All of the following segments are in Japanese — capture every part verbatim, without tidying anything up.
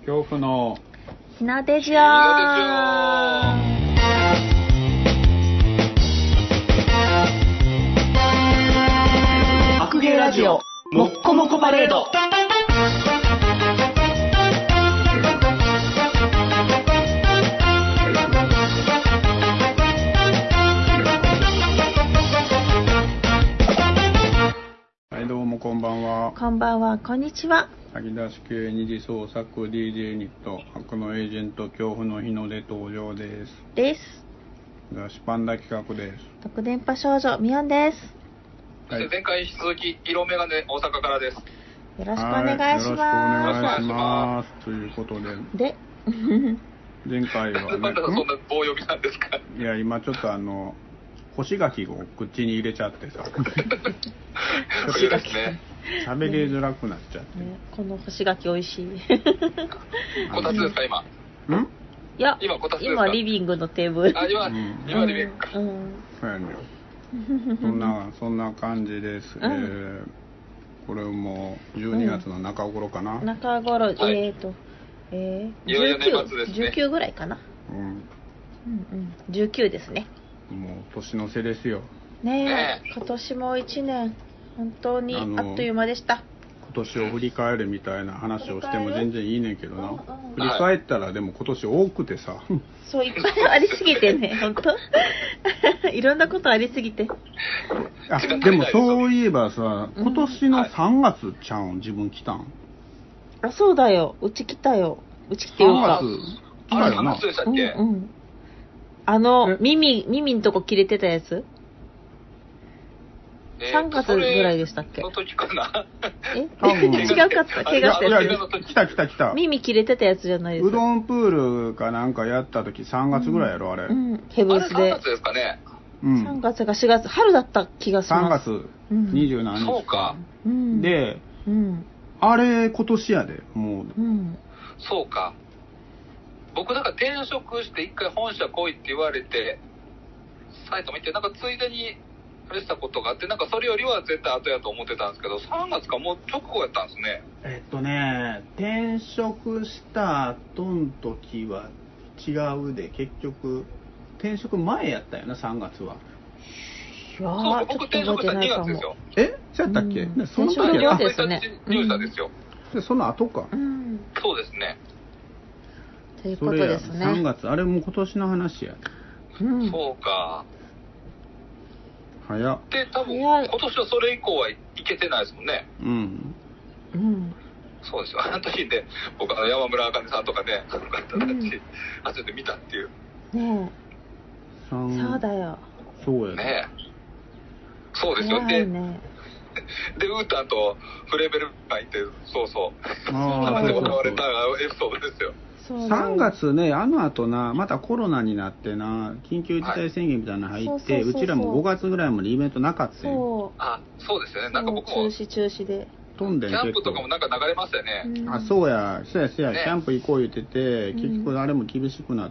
恐怖のひなでじょー。 白芸ラジオもっこもこパレード。 はい、どうもこんばんは。 こんばんは、こんにちは。 先出し系二次創作 ディージェー ユニット悪のエージェント恐怖の日の出登場です。 です。 雑誌パンダ企画です。 特電波少女みおんです。 そして前回引き続き色眼鏡大阪からです。 よろしくお願いします。 よろしくお願いします。ということで、 で前回はね、 パンダさんそんな棒読みなんですか？ いや今ちょっとあの干し柿を口に入れちゃってさ冬ですね。 喋りづらくなっちゃって、 ね、この干し柿美味しいこたつですか今？ ん？ いや今こたつですか？ 今リビングのテーブル。 あ今、 うん、 今リビングか。 うん、 そうやねそんなそんな感じです、うん、えー、これもじゅうにがつの中頃かな、 うん、中頃、はい、えーとえー、 いよいよ年末ですね。 じゅうきゅうぐらいかな、 うん、 うんうん、じゅうきゅうですね。 もう年の瀬ですよねえ、 ねえ今年もいちねん本当にあっという間でした。 今年を振り返るみたいな話をしても全然いいねんけどな、うんうん、振り返ったらでも今年多くてさ、はい、 そういっぱいありすぎてね本当いろんなことありすぎて。 あでもそういえばさ、今年のさんがつちゃうん、自分来たん。 あ、そうだよ、うち来たよ。うち来てよか。 さんがつ来たよな。あれさんがつでしたっけ？ うんうん、あの耳耳んとこ切れてたやつ、えー、さんがつぐらいでしたっけ？ その時かな。 え違うかった。怪我したやつ。 来た来た来た。 耳切れてたやつじゃないですか。 うどんプールかなんかやった時さんがつぐらいやろ、あれ。 うん、ヘブンスで。 あれさんがつですかね。 うん、 さんがつかしがつ、春だった気がします。 さんがつにじゅうしちにち、うん、 そうか、 うん、 で、 うん、 あれ今年やでもう、 うん、 そうか。僕なんか転職して一回本社来いって言われてサイト見て、なんかついでにあれしたことがあって、なんかそれよりは絶対後やと思ってたんですけど、さんがつかもう直後やったんですね。 えっとね転職した後の時は違うで、結局転職前やったよな、さんがつは。 いやそう僕転職したにがつですよ。 えそうやったっけ？ うん、 その時はですね、入社ですよ、 うん、でその後か、 うん、 そうですね。 ということですね。 さんがつ、あれも今年の話や、 うん、 そうか。 早っ。 で多分今年はそれ以降はいけてないですもんね。 うん、 うん、 そうですよ。あの時で僕あの山村あかねさんとかね、その方たち、うん、初めて見たっていうねえ、そうだよ、 そうやね。そうですよ、 ね、 ででウータンとフレーベルがいて、そうそう話で行われたエピソードですよ。 さんがつね、あの後な、またコロナになってな、緊急事態宣言みたいなの入って、はい、うちらもごがつぐらいまでイベントなかったよ。 そう、 あ、そうですよね。なんか僕も中止中止で飛んでキャンプとかもなんか流れましたよね、 うん、 あ、そうやそうやそうや、ね、キャンプ行こう言ってて、 うん、 結局あれも厳しくなって、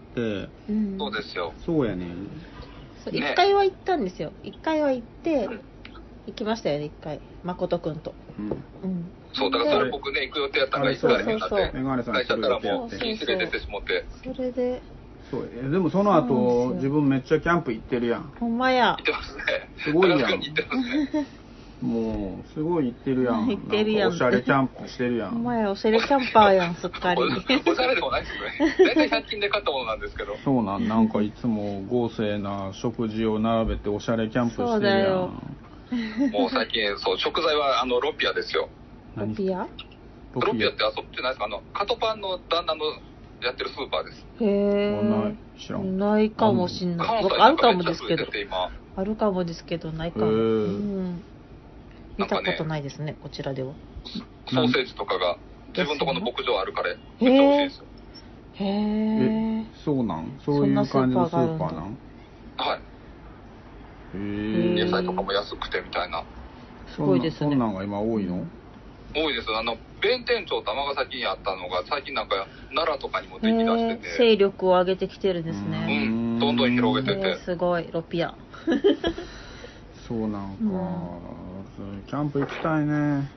うん、そうですよ。 そうやね。 いっかいは行ったんですよ。いっかいは行って、うん、行きましたよね、いっかい誠くんと、 うんうん、 そうだからそれ僕ね行く予定やったから、いっかいになって会社からもう連れてってしもって、 それでそうでもその後自分めっちゃキャンプ行ってるやん。 ほんまや、 行ってますね。 すごいやん。 行ってますね。 もうすごい行ってるやん。 行ってるやん。 おしゃれキャンプしてるやん。 ほんまや、おしゃれキャンパーやん、すっかり。 おしゃれでもないですね。大体ひゃく均で買ったものなんですけど。 そうなん、なんかいつも豪勢な食事を並べておしゃれキャンプしてるやん。そうだよ。 もう最近そう食材はあのロピアですよ。 ロピア？ ロピアってあそこじゃないですか、あのカトパンの旦那のやってるスーパーです。 へえ。 ない知らん。 ないかもしんない。あるかもですけど。あるかもですけどないかも。うん。見たことないですね、こちらでは。 ソーセージとかが自分とこの牧場あるからめっちゃ美味しいですよ。 へえ。 そうなん？そういう感じのスーパーなん？ はい。 へえ。 野菜とかも安くてみたいな。 すごいですね。 そんなんが今多いの？ 多いです。あの弁天町と尼崎にあったのが最近なんか奈良とかにもできだしてて、 勢力を上げてきてるんですね。 うん、どんどん広げてて、 すごいロピア。 そうなんか、うん、キャンプ行きたいね。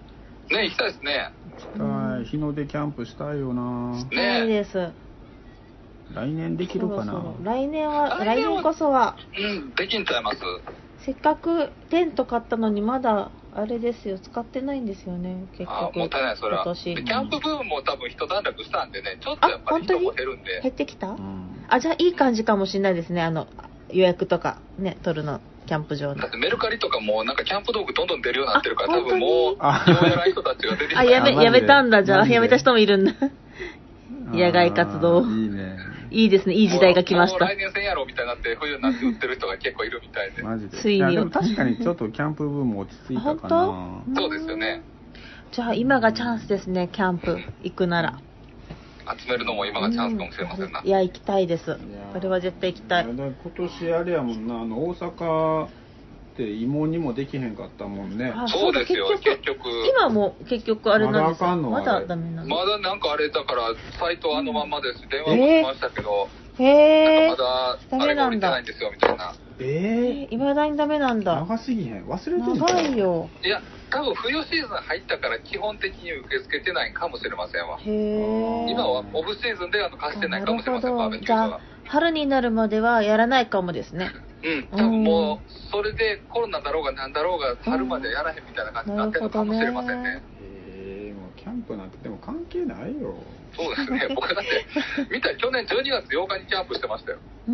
ね、行きたいですね。 行きたい。日の出キャンプしたいよな。 したいです。 来年できるかな。 そろそろ来年は、来年こそは。 うん、できんちゃいます。 せっかくテント買ったのにまだあれですよ、使ってないんですよね、結局。 あ、もったいない、それは。でキャンプブームも多分一段落したんでね、ちょっとやっぱり人も減るんで。 減ってきた、 うん、 あ、じゃあいい感じかもしれないですね、あの、予約とかね、取るの。キャンプ場の。 だってメルカリとかもなんかキャンプ道具どんどん出るようになってるから、多分もう、ようやらん人たちが出てきた。 あ、やめ、やめたんだ、じゃあ、やめた人もいるんだ。野外活動。 いいね。 いいですね、いい時代が来ました。 もう来年せんやろみたいになって、冬になって売ってる人が結構いるみたいで。 マジで。 ついに。 いやでも確かにちょっとキャンプブーム落ち着いたかな。 そうですよね。 じゃあ今がチャンスですね、キャンプ行くなら。 集めるのも今がチャンスかもしれませんな。 いや、行きたいです。これは絶対行きたい。 今年あれやもんな、あの大阪って芋にもできへんかったもんね。 そうですよ、結局。 今も結局あれなんですか。まだダメなの。 まだなんかあれだからサイトあのまんまですし、電話もしましたけど。 へぇー。まだあれが降りてないんですよみたいな。 えぇー。いまだにダメなんだ。 長すぎへん。忘れてん長いよ。 いや、多分冬シーズン入ったから基本的に受け付けてないかもしれませんわ。 へぇー。 今はオフシーズンであの貸してないかもしれません、バーベキューは。 春になるまではやらないかもですね。 うん、多分もうそれでコロナだろうがなんだろうが春までやらへんみたいな感じになってるのかもしれませんね。 えー、もうキャンプなんてでも関係ないよ。 そうですね。僕だって見た去年じゅうにがつようかにキャンプしてましたよ。 うん。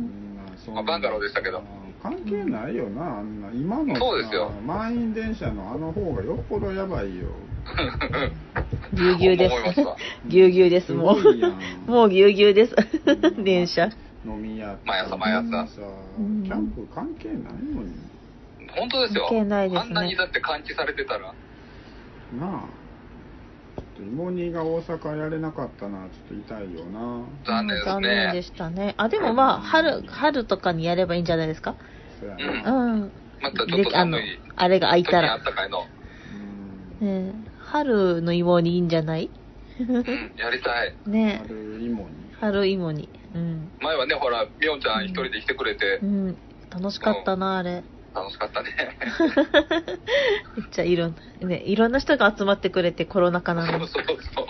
まあバンガローでしたけど。 関係ないよな、あんな今のそうですよ。 満員電車のあの方がよっぽどやばいよ。 ぎゅうぎゅうです。ぎゅうぎゅうです、もう。もうぎゅうぎゅうです。電車。 飲み屋。 毎朝毎朝。 キャンプ関係ないのに。 本当ですよ。 関係ないですね。 あんなにだって換気されてたら。なあ。芋煮が大阪やれなかったな、ちょっと痛いよな。 残念ですね。 残念でしたね。あ、でもまあ、春、春とかにやればいいんじゃないですか。 そうやな。うん。 またちょっと寒い。 あれが開いたら。 あったかいの。 うん。春の芋煮いいんじゃない？ うん、やりたい。 ね。 春芋煮。 春芋煮。うん。 前はね、ほら、みおんちゃん一人で来てくれて。 うん。楽しかったな、あれ。 楽しかったね。 めっちゃいろんな、ね、いろんな人が集まってくれてコロナ禍なのに。 そうそうそう。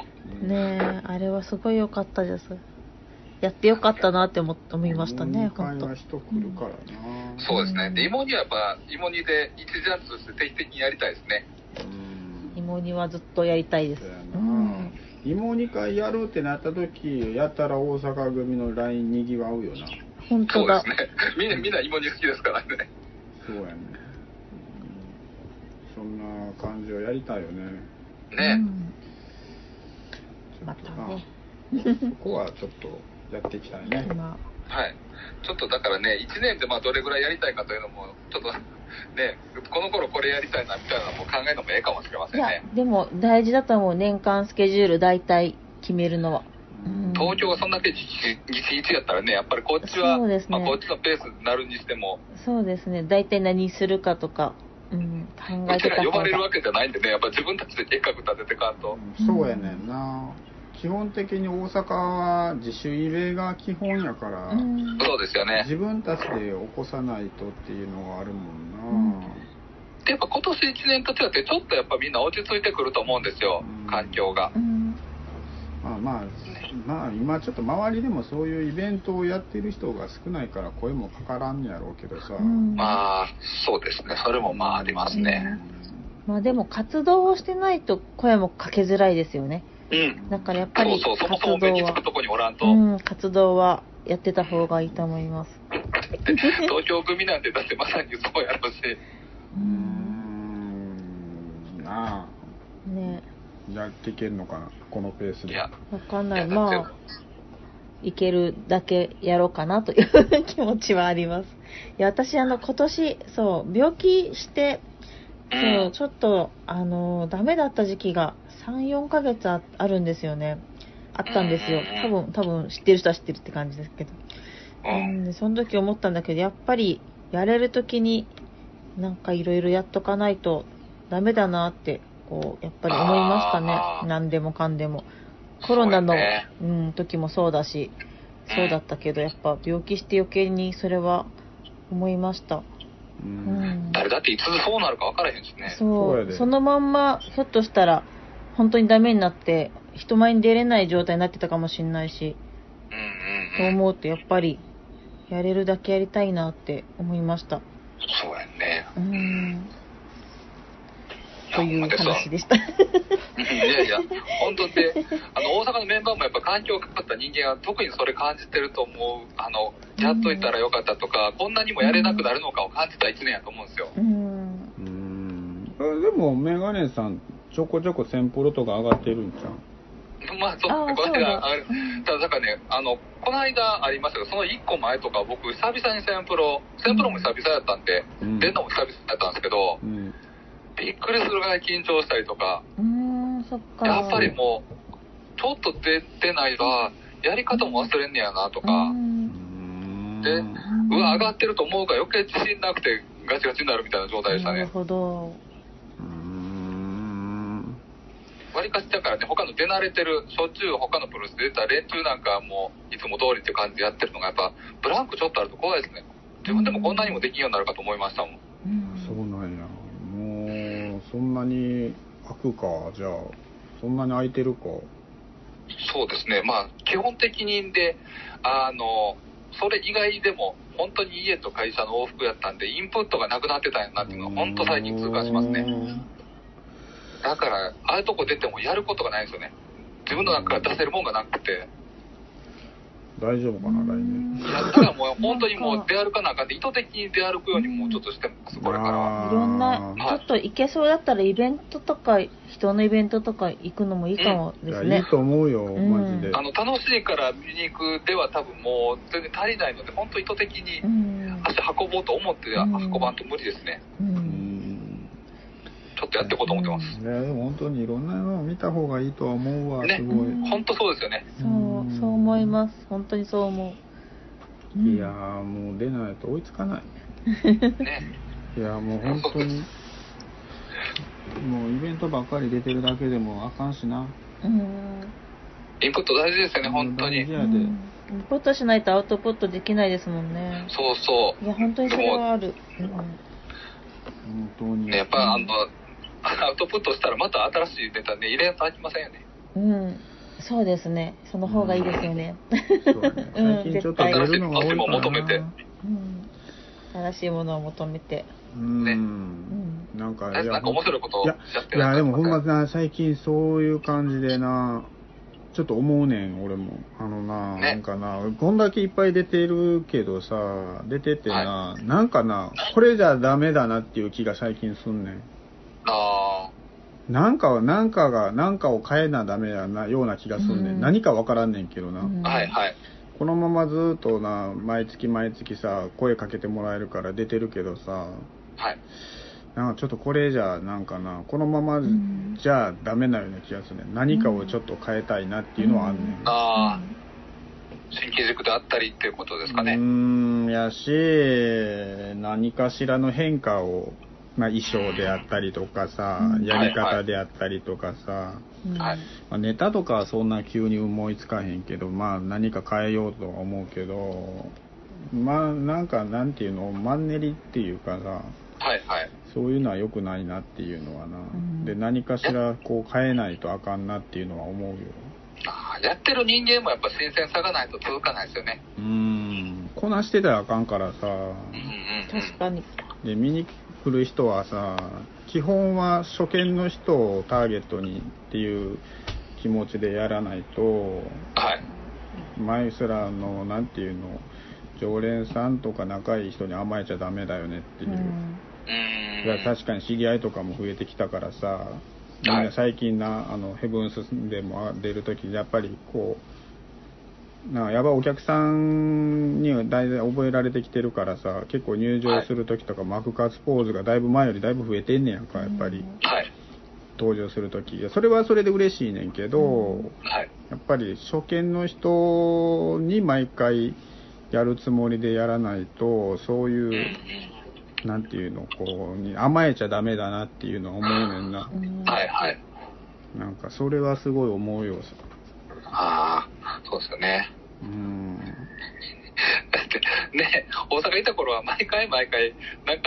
ねえ、あれはすごい良かったです。やって良かったなって思思いましたね、 本当。人来るからな、 うん。そうですね。で、芋煮はやっぱ、芋煮で一ジャンプとして定期的にやりたいですね。 うん。芋煮はずっとやりたいです。うん。 芋煮会やるってなった時、やったら大阪組の ライン にぎわうよな。 本当だ。 そうですね。みんな、みんな芋煮好きですからね。 そうやね。そんな感じをやりたいよね。 ね。 うん、またね。 そこはちょっとやっていきたいね。 まあ、はい。ちょっとだからね、いちねんでまあどれぐらいやりたいかというのも、ちょっとね、この頃これやりたいなみたいなのも考えるのもええかもしれませんね。 いや、でも大事だと思う。年間スケジュール大体決めるのは。 うん、東京がそんだけ実質やったらね、やっぱりこっちは、そうですね、まあ、こっちのペースになるにしても。 そうですね。大体何するかとか、うん、考えてた方が。 うちら呼ばれるわけじゃないんでね、やっぱ自分たちで計画立ててかんと。 うん、そうやねんな。基本的に大阪は自主入れが基本やから、うん、 そうですよね。 自分たちで起こさないとっていうのがあるもんな。うん、 でやっぱ今年いちねんと違ってちょっとやっぱみんな落ち着いてくると思うんですよ、うん、環境が。うんまあまあ、まあ今ちょっと周りでもそういうイベントをやってる人が少ないから声もかからんやろうけどさ、うん、 まあそうですね、それもまあありますね、 うん、まあでも活動をしてないと声もかけづらいですよね。 うん、 だからやっぱりそうそう、そもそも目につくとこにおらんと、 うん、活動はやってた方がいいと思います。 東京組なんてだってまさにそうやろし、 うーんなあねやっていけるのかなこのペースで。 わかんない。まあいけるだけやろうかなという気持ちはあります。いや私あの今年そう病気してそうちょっとあのダメだった時期がさん、よんかげつ あ, あるんですよね。あったんですよ。多分多分知ってる人は知ってるって感じですけど。うん、その時思ったんだけどやっぱりやれる時になんかいろいろやっとかないとダメだなって。こうやっぱり思いましたね。何でもかんでもコロナのう、ね、うん、時もそうだしそうだったけどやっぱ病気して余計にそれは思いました。 うううんん、 誰だっていつそうなるか分からへんしね。 そう、 そうやでそのまんま、ひょっとしたら、本当にダメになって、人前に出れない状態になってたかもしれないし、 うんうんとうん。 思うと、やっぱり、やれるだけやりたいなって思いました。 そうやんね。 うーん。 やというほんまですわ話でした。 いやいや、本当で、あの、大阪のメンバーもやっぱ環境が変わった人間は特にそれ感じてると思う。あの、やっといたらよかったとか、こんなにもやれなくなるのかを感じた一年やと思うんですよ。 うーん。 うーん。あでもメガネさんちょこちょこセンプロとか上がってるんちゃう？ まあ、そうあーこれが、 そうだあれただ、だからね、あの、この間ありましたけど、そのいっこまえとか、僕、久々にセンプロ、センプロも久々やったんで、 うん出んのも久々やったんですけど、 うん。 びっくりするぐらい緊張したりとか、 うーん、そっか。 やっぱりもう、ちょっと出てないが、やり方も忘れんねやなとうか、 ー。 うんん。 で、うわ、上がってると思うから余計自信なくてガチガチになるみたいな状態でしたなるね。 ほど。 うーん。 割りかしだからね、他の出慣れてる、しょっちゅう他のプロレスで出た連中なんかはもう、いつも通りっていう感じでやってるのが、やっぱ、ブランクちょっとあると怖いですね。自分でもこんなにもできんようになるかと思いましたもん。 うんそうなんや。もうそんなに開くか。じゃあそんなに開いてるか。 そうですね。まあ、基本的にで、あの、それ以外でも、本当に家と会社の往復やったんで、インプットがなくなってたんやなっていうのは、本当最近痛感しますね。だから、ああいうとこ出てもやることがないんですよね。自分の中から出せるもんがなくて。 大丈夫かな来年。 いや、だからもう本当にもう出歩かなあかんで、意図的に出歩くようにもうちょっとしてます、これからは。 あーいろんな、ちょっと行けそうだったらイベントとか、人のイベントとか行くのもいいかもいですね。 やいいと思うよ、 うんマジで。 あの、楽しいから見に行くでは多分もう全然足りないので、本当意図的にうん。 足運ぼうと思ってうん運ばんと無理ですね。 う。 うんん。 ちょっとやっていこうと思ってます。 いやでも本当にいろんなのを見た方がいいとは思うわ、 ねすごい。 うん本当そうですよね。 そう、そう思います。本当にそう思う。うんいやーもう出ないと追いつかない。 ね。 いやもう本当にもうイベントばっかり出てるだけでもあかんしな。 うん。 インプット大事ですよね、本当に。 大事やで。 うんインプットしないとアウトプットできないですもんね。 そうそいや、本当にそれはある。 本当に。 う。ね、やっぱあの、アウトプットしたらまた新しいネタね、入れんとあきませんよね。 うん。うん。そうですね。その方がいいですよね。 そうだねうん最近ちょっと出るのが多いかな。 新しいも求めてうん。新しいものを求めて。 うん。 ねなんか、 なんか面白いことをいややっていや、でもほんまな。 な、最近そういう感じでな、ちょっと思うねん、俺も。あのな、 ねなんかな、こんだけいっぱい出てるけどさ、出ててな、なんかな、これじゃダメだなっていう気が最近すんねん。 あなんかは、なんかが、なんかを変えなダメやな、ような気がすんねん。 うん何かわからんねんけどな。 うんあ、はいはい。 このままずっとな、毎月毎月さ、声かけてもらえるから出てるけどさ、 はい。 なんかちょっとこれじゃなんかな、このままんじゃダメなような気がするね。何かをちょっと変えたいなっていうのはあんねん。 ああ、新機軸であったりっていうことですかうね。 ーん、やし、何かしらの変化を、まあ衣装であったりとかさ、 うんやり方であったりとかさ、 うんはいまあ、ネタとかはそんな急に思いつかへんけど、まあ何か変えようとは思うけど、まあなんかなんていうの、マンネリっていうかさ、 はいはい。 そういうのは良くないなっていうのはな、 んで何かしらこう変えないとあかんなっていうのは思うよ。 あーやってる人間もやっぱ新鮮さがないと続かないですよね。 うーん、こなしてたらあかんからさ、 うんうんうん。 確かに。 で見に来る人はさ、基本は初見の人をターゲットにっていう気持ちでやらないと、 はい。 前すらのなんていうの、常連さんとか仲いい人に甘えちゃダメだよねっていう、 うん。 ういやーん。 確かに知り合いとかも増えてきたからさ、みんな最近な、あのヘブンスでも出るときやっぱりこうな、やっぱお客さんには大体覚えられてきてるからさ、結構入場するときとかマクカツポーズがだいぶ前よりだいぶ増えてんねやんか、やっぱりはい。 登場するとき。いやそれはそれで嬉しいねんけど、 はい。 やっぱり初見の人に毎回やるつもりでやらないと、そういう、 うんうん。 なんていうの、こうに甘えちゃダメだなっていうのは思うねんな。 うんはいはい。 なんかそれはすごい思うよ。 ああ、そうですよね。 うん。 だってね、大阪いた頃は毎回毎回、なんか、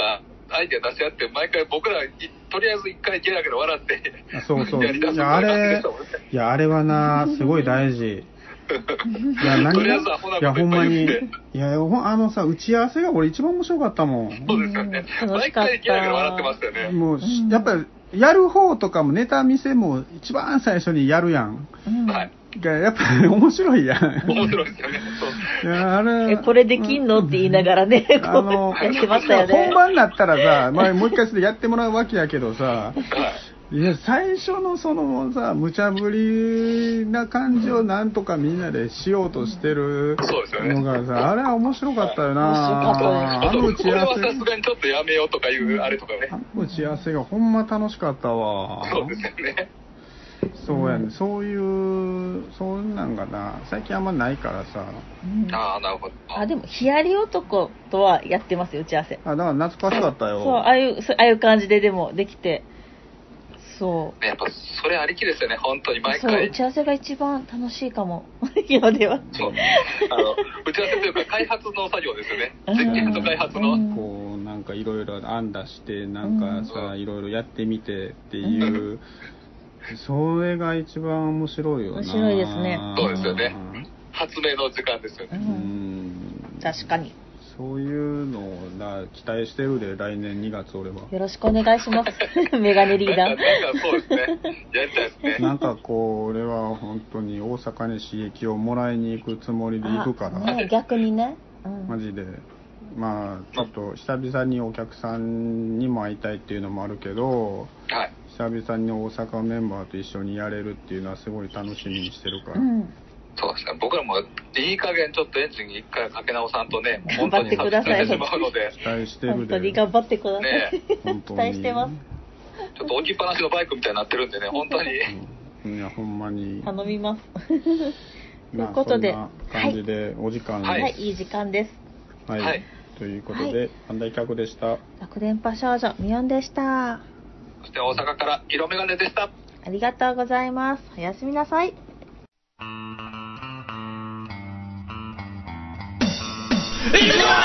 アイデア出し合って、毎回僕ら、とりあえず一回ゲラゲラ笑って、 そうそう。 やりだすいや、あれ、 感じでしたもんね。 いや、あれはな、すごい大事。いや、何が、いや、ほんまに、いや、ほんあのさ、打ち合わせが俺一番面白かったもん。 そうですよね。毎回ゲラゲラ笑ってましたよね。 もう、やっぱり、やる方とかもネタ見せも一番最初にやるやん。 はい。 やっぱり面白いやん。 面白いですよね。 そう。いや、あれ。 え、これできんのって言いながらね、こあの、 うやってましたよね。 本番になったらさ、まあ、もう一回それやってもらうわけやけどさ、 はい。 いや、最初のそのさ、無茶ぶりな感じをなんとかみんなでしようとしてるのがさ、あれは面白かったよな。 面白かった。 あの打ち合わせ。 これはさすがにちょっとやめようとかいう、あれとかね。 あの打ち合わせがほんま楽しかったわ。 そうですよね。 そうやね、そういう、そんなんがな、最近あんまないからさ。 うん、 ああ、なるほど。 あ、でも、ヒヤリ男とはやってますよ、打ち合わせ。 あ、だから懐かしかったよ。 そう、ああいう、そうああいう感じででもできて。そう。 やっぱ、それありきですよね、本当に毎回。 そう、打ち合わせが一番楽しいかも。今では。 そう。あの、打ち合わせというか、開発の作業ですよね。実験と開発の。 こう、なんかいろいろ案出して、なんかさ、いろいろやってみてっていう、うん、それが一番面白いよな。 面白いですね。 そうですよね。発明の時間ですよね。 うん、確かに。 そういうのをな期待してるで、来年にがつ俺は。 よろしくお願いします。メガネリーダー。 なんか、なんかそうですね。やりたいですね。 なんかこう、俺は本当に大阪に刺激をもらいに行くつもりで行くから。 ね、逆にね。 うん、マジで。まあ、ちょっと久々にお客さんにも会いたいっていうのもあるけど、 はい、 久々に大阪メンバーと一緒にやれるっていうのはすごい楽しみにしてるから。 うん、 そうですね。僕らもいい加減ちょっとエンジン一回かけ直さんとね、 頑張ってください。 本当に外れてしまうので。 期待してるで。 本当に頑張ってください。 ね、 本当に期待してます。 ちょっと置きっぱなしのバイクみたいになってるんでね、本当に。 うん、いや、ほんまに。 頼みます。というまあ、 ことで、 そんな感じでお時間です。 はい、はい、いい時間です。 はい。はい、ということで、三大客でした。 楽電波少女みよんでした。 そして大阪から色眼鏡でした。 ありがとうございます。おやすみなさい。 いくぞ